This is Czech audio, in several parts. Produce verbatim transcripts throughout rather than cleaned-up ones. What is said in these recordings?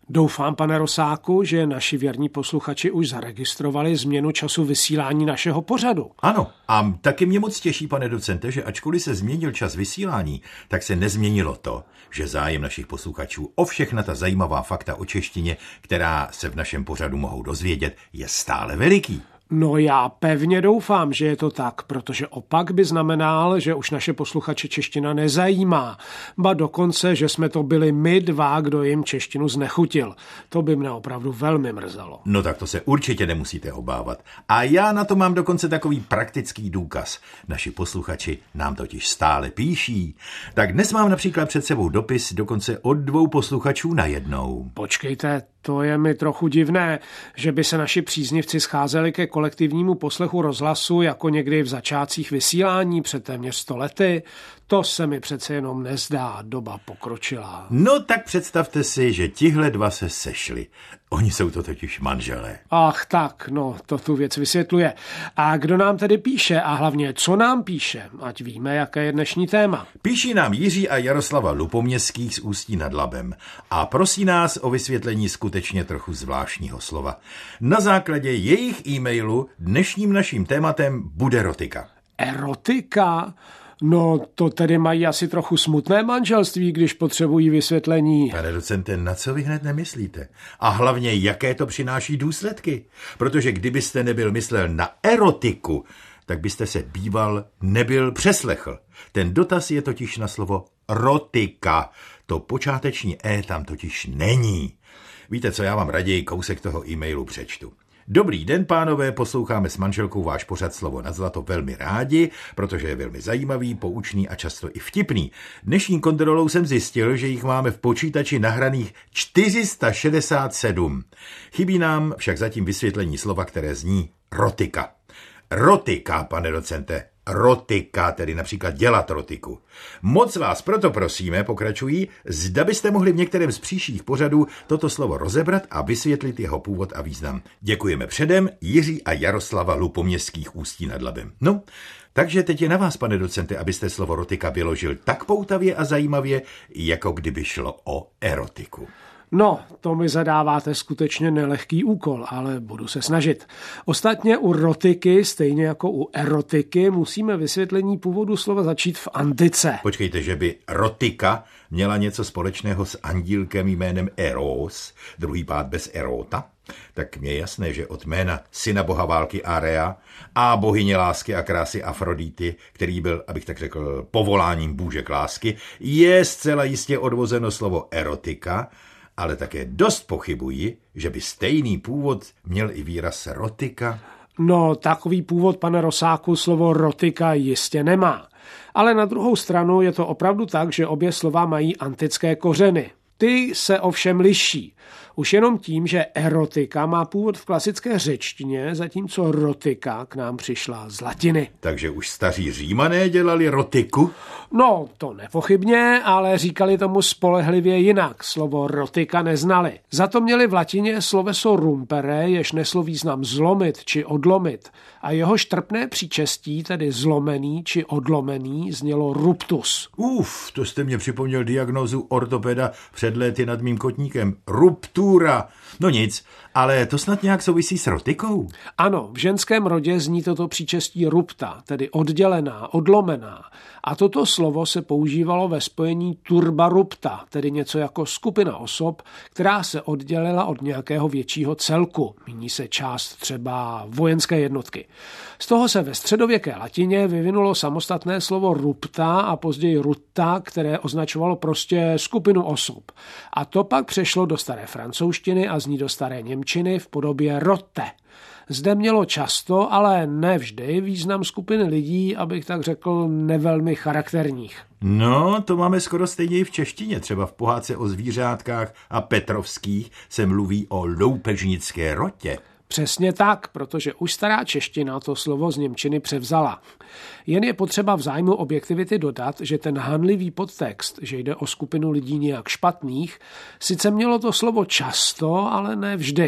Doufám, pane Rosáku, že naši věrní posluchači už zaregistrovali změnu času vysílání našeho pořadu. Ano, a taky mě moc těší, pane docente, že ačkoliv se změnil čas vysílání, tak se nezměnilo to, že zájem našich posluchačů o všechna ta zajímavá fakta o češtině, která se v našem pořadu mohou dozvědět, je stále veliký. No já pevně doufám, že je to tak, protože opak by znamenal, že už naše posluchače čeština nezajímá. Ba dokonce, že jsme to byli my dva, kdo jim češtinu znechutil. To by mne opravdu velmi mrzelo. No tak to se určitě nemusíte obávat. A já na to mám dokonce takový praktický důkaz. Naši posluchači nám totiž stále píší. Tak dnes mám například před sebou dopis dokonce od dvou posluchačů najednou. Počkejte, to je mi trochu divné, že by se naši příznivci scházeli ke kolektivnímu poslechu rozhlasu jako někdy v začátcích vysílání před téměř sto lety. To se mi přece jenom nezdá, doba pokročila. No tak představte si, že tihle dva se sešli. Oni jsou to totiž manželé. Ach tak, no to tu věc vysvětluje. A kdo nám tedy píše a hlavně co nám píše, ať víme, jaké je dnešní téma. Píší nám Jiří a Jaroslava Lupoměstských z Ústí nad Labem a prosí nás o vysvětlení skutečně trochu zvláštního slova. Na základě jejich e-mailu dnešním naším tématem bude erotika. Erotika? No, to tedy mají asi trochu smutné manželství, když potřebují vysvětlení. Pane docente, na co vy hned nemyslíte? A hlavně, jaké to přináší důsledky? Protože kdybyste nebyl myslel na erotiku, tak byste se býval nebyl přeslechl. Ten dotaz je totiž na slovo rotika. To počáteční E tam totiž není. Víte co, já vám raději kousek toho e-mailu přečtu. Dobrý den, pánové, posloucháme s manželkou váš pořad Slovo na zlato velmi rádi, protože je velmi zajímavý, poučný a často i vtipný. Dnešní kontrolou jsem zjistil, že jich máme v počítači nahraných čtyři sta šedesát sedm. Chybí nám však zatím vysvětlení slova, které zní rotika. Rotika, pane docente. Rotika, tedy například dělat rotiku. Moc vás proto prosíme, pokračují, zda byste mohli v některém z příštích pořadů toto slovo rozebrat a vysvětlit jeho původ a význam. Děkujeme předem, Jiří a Jaroslava Lupoměstských Ústí nad Labem. No, takže teď je na vás, pane docente, abyste slovo rotika vyložil tak poutavě a zajímavě, jako kdyby šlo o erotiku. No, to mi zadáváte skutečně nelehký úkol, ale budu se snažit. Ostatně u rotiky, stejně jako u erotiky, musíme vysvětlení původu slova začít v antice. Počkejte, že by rotika měla něco společného s andílkem jménem Eros, druhý pád bez erota? Tak mě je jasné, že od jména syna boha války Area a bohyně lásky a krásy Afrodity, který byl, abych tak řekl, povoláním bůžek lásky, je zcela jistě odvozeno slovo erotika, ale také dost pochybuji, že by stejný původ měl i výraz rotika. No, takový původ, pane Rosáku, slovo rotika jistě nemá. Ale na druhou stranu je to opravdu tak, že obě slova mají antické kořeny. Ty se ovšem liší. Už jenom tím, že erotika má původ v klasické řečtině, zatímco rotika k nám přišla z latiny. Takže už staří Římané dělali rotiku? No, to nepochybně, ale říkali tomu spolehlivě jinak. Slovo rotika neznali. Za to měli v latině sloveso rumpere, jež neslo význam zlomit či odlomit. A jeho štrpné příčestí, tedy zlomený či odlomený, znělo ruptus. Uf, to jste mě připomněl diagnózu ortopeda před léty nad mým kotníkem. Ruptura. No nic, ale to snad nějak souvisí s rotikou? Ano, v ženském rodě zní toto příčestí rupta, tedy oddělená, odlomená. A toto slovo se používalo ve spojení turba rupta, tedy něco jako skupina osob, která se oddělila od nějakého většího celku. Míní se část třeba vojenské jednotky. Z toho se ve středověké latině vyvinulo samostatné slovo rupta a později rutta, které označovalo prostě skupinu osob. A to pak přešlo do staré francouzštiny a zní do staré němčiny v podobě rotte. Zde mělo často, ale ne vždy, význam skupiny lidí, abych tak řekl, nevelmi charakterních. No, to máme skoro stejně i v češtině. Třeba v pohádce o zvířátkách a Petrovských se mluví o loupežnické rotě. Přesně tak, protože už stará čeština to slovo z němčiny převzala. Jen je potřeba v zájmu objektivity dodat, že ten hanlivý podtext, že jde o skupinu lidí nějak špatných, sice mělo to slovo často, ale ne vždy.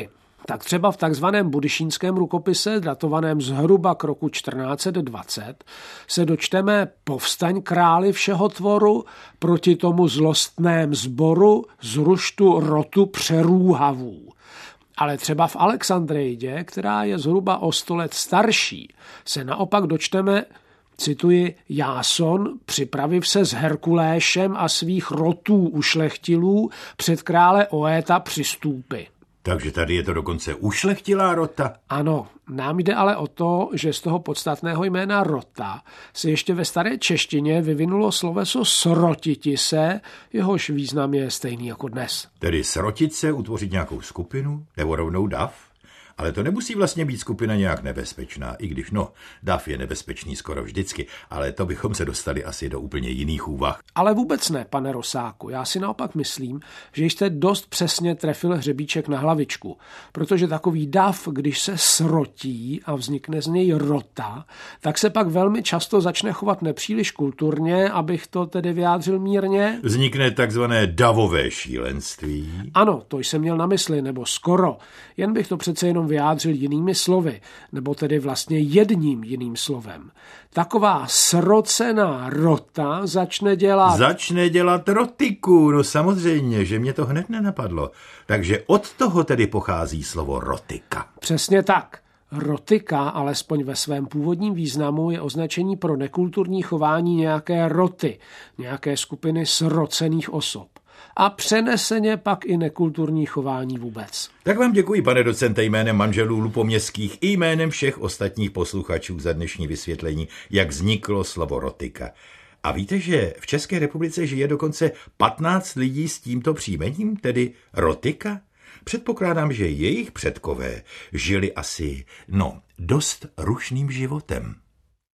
Tak třeba v takzvaném budyšínském rukopise, datovaném zhruba k roku čtrnáct set dvacet, se dočteme povstaň králi všeho tvoru, proti tomu zlostném sboru zruštu rotu přerůhavů. Ale třeba v Alexandreidě, která je zhruba o sto let starší, se naopak dočteme, cituji, Jáson, připraviv se s Herkuléšem a svých rotů ušlechtilů před krále Oéta přistůpy. Takže tady je to dokonce ušlechtilá rota? Ano, nám jde ale o to, že z toho podstatného jména rota se ještě ve staré češtině vyvinulo sloveso srotiti se, jehož význam je stejný jako dnes. Tedy srotit se, utvořit nějakou skupinu, nebo rovnou dav? Ale to nemusí vlastně být skupina nějak nebezpečná, i když no, dav je nebezpečný skoro vždycky, ale to bychom se dostali asi do úplně jiných úvah. Ale vůbec ne, pane Rosáku, já si naopak myslím, že jste dost přesně trefil hřebíček na hlavičku, protože takový dav, když se srotí a vznikne z něj rota, tak se pak velmi často začne chovat nepříliš kulturně, abych to tedy vyjádřil mírně. Vznikne takzvané davové šílenství. Ano, to jsem měl na mysli, nebo skoro, jen bych to přece jenom vyjádřil jinými slovy, nebo tedy vlastně jedním jiným slovem. Taková srocená rota začne dělat... Začne dělat rotiku, no samozřejmě, že mě to hned nenapadlo. Takže od toho tedy pochází slovo rotika. Přesně tak. Rotika, alespoň ve svém původním významu, je označení pro nekulturní chování nějaké roty, nějaké skupiny srocených osob. A přeneseně pak i nekulturní chování vůbec. Tak vám děkuji, pane docente, jménem manželů Lupoměstských i jménem všech ostatních posluchačů za dnešní vysvětlení, jak vzniklo slovo rotika. A víte, že v České republice žije dokonce patnáct lidí s tímto příjmením, tedy rotika? Předpokládám, že jejich předkové žili asi, no, dost rušným životem.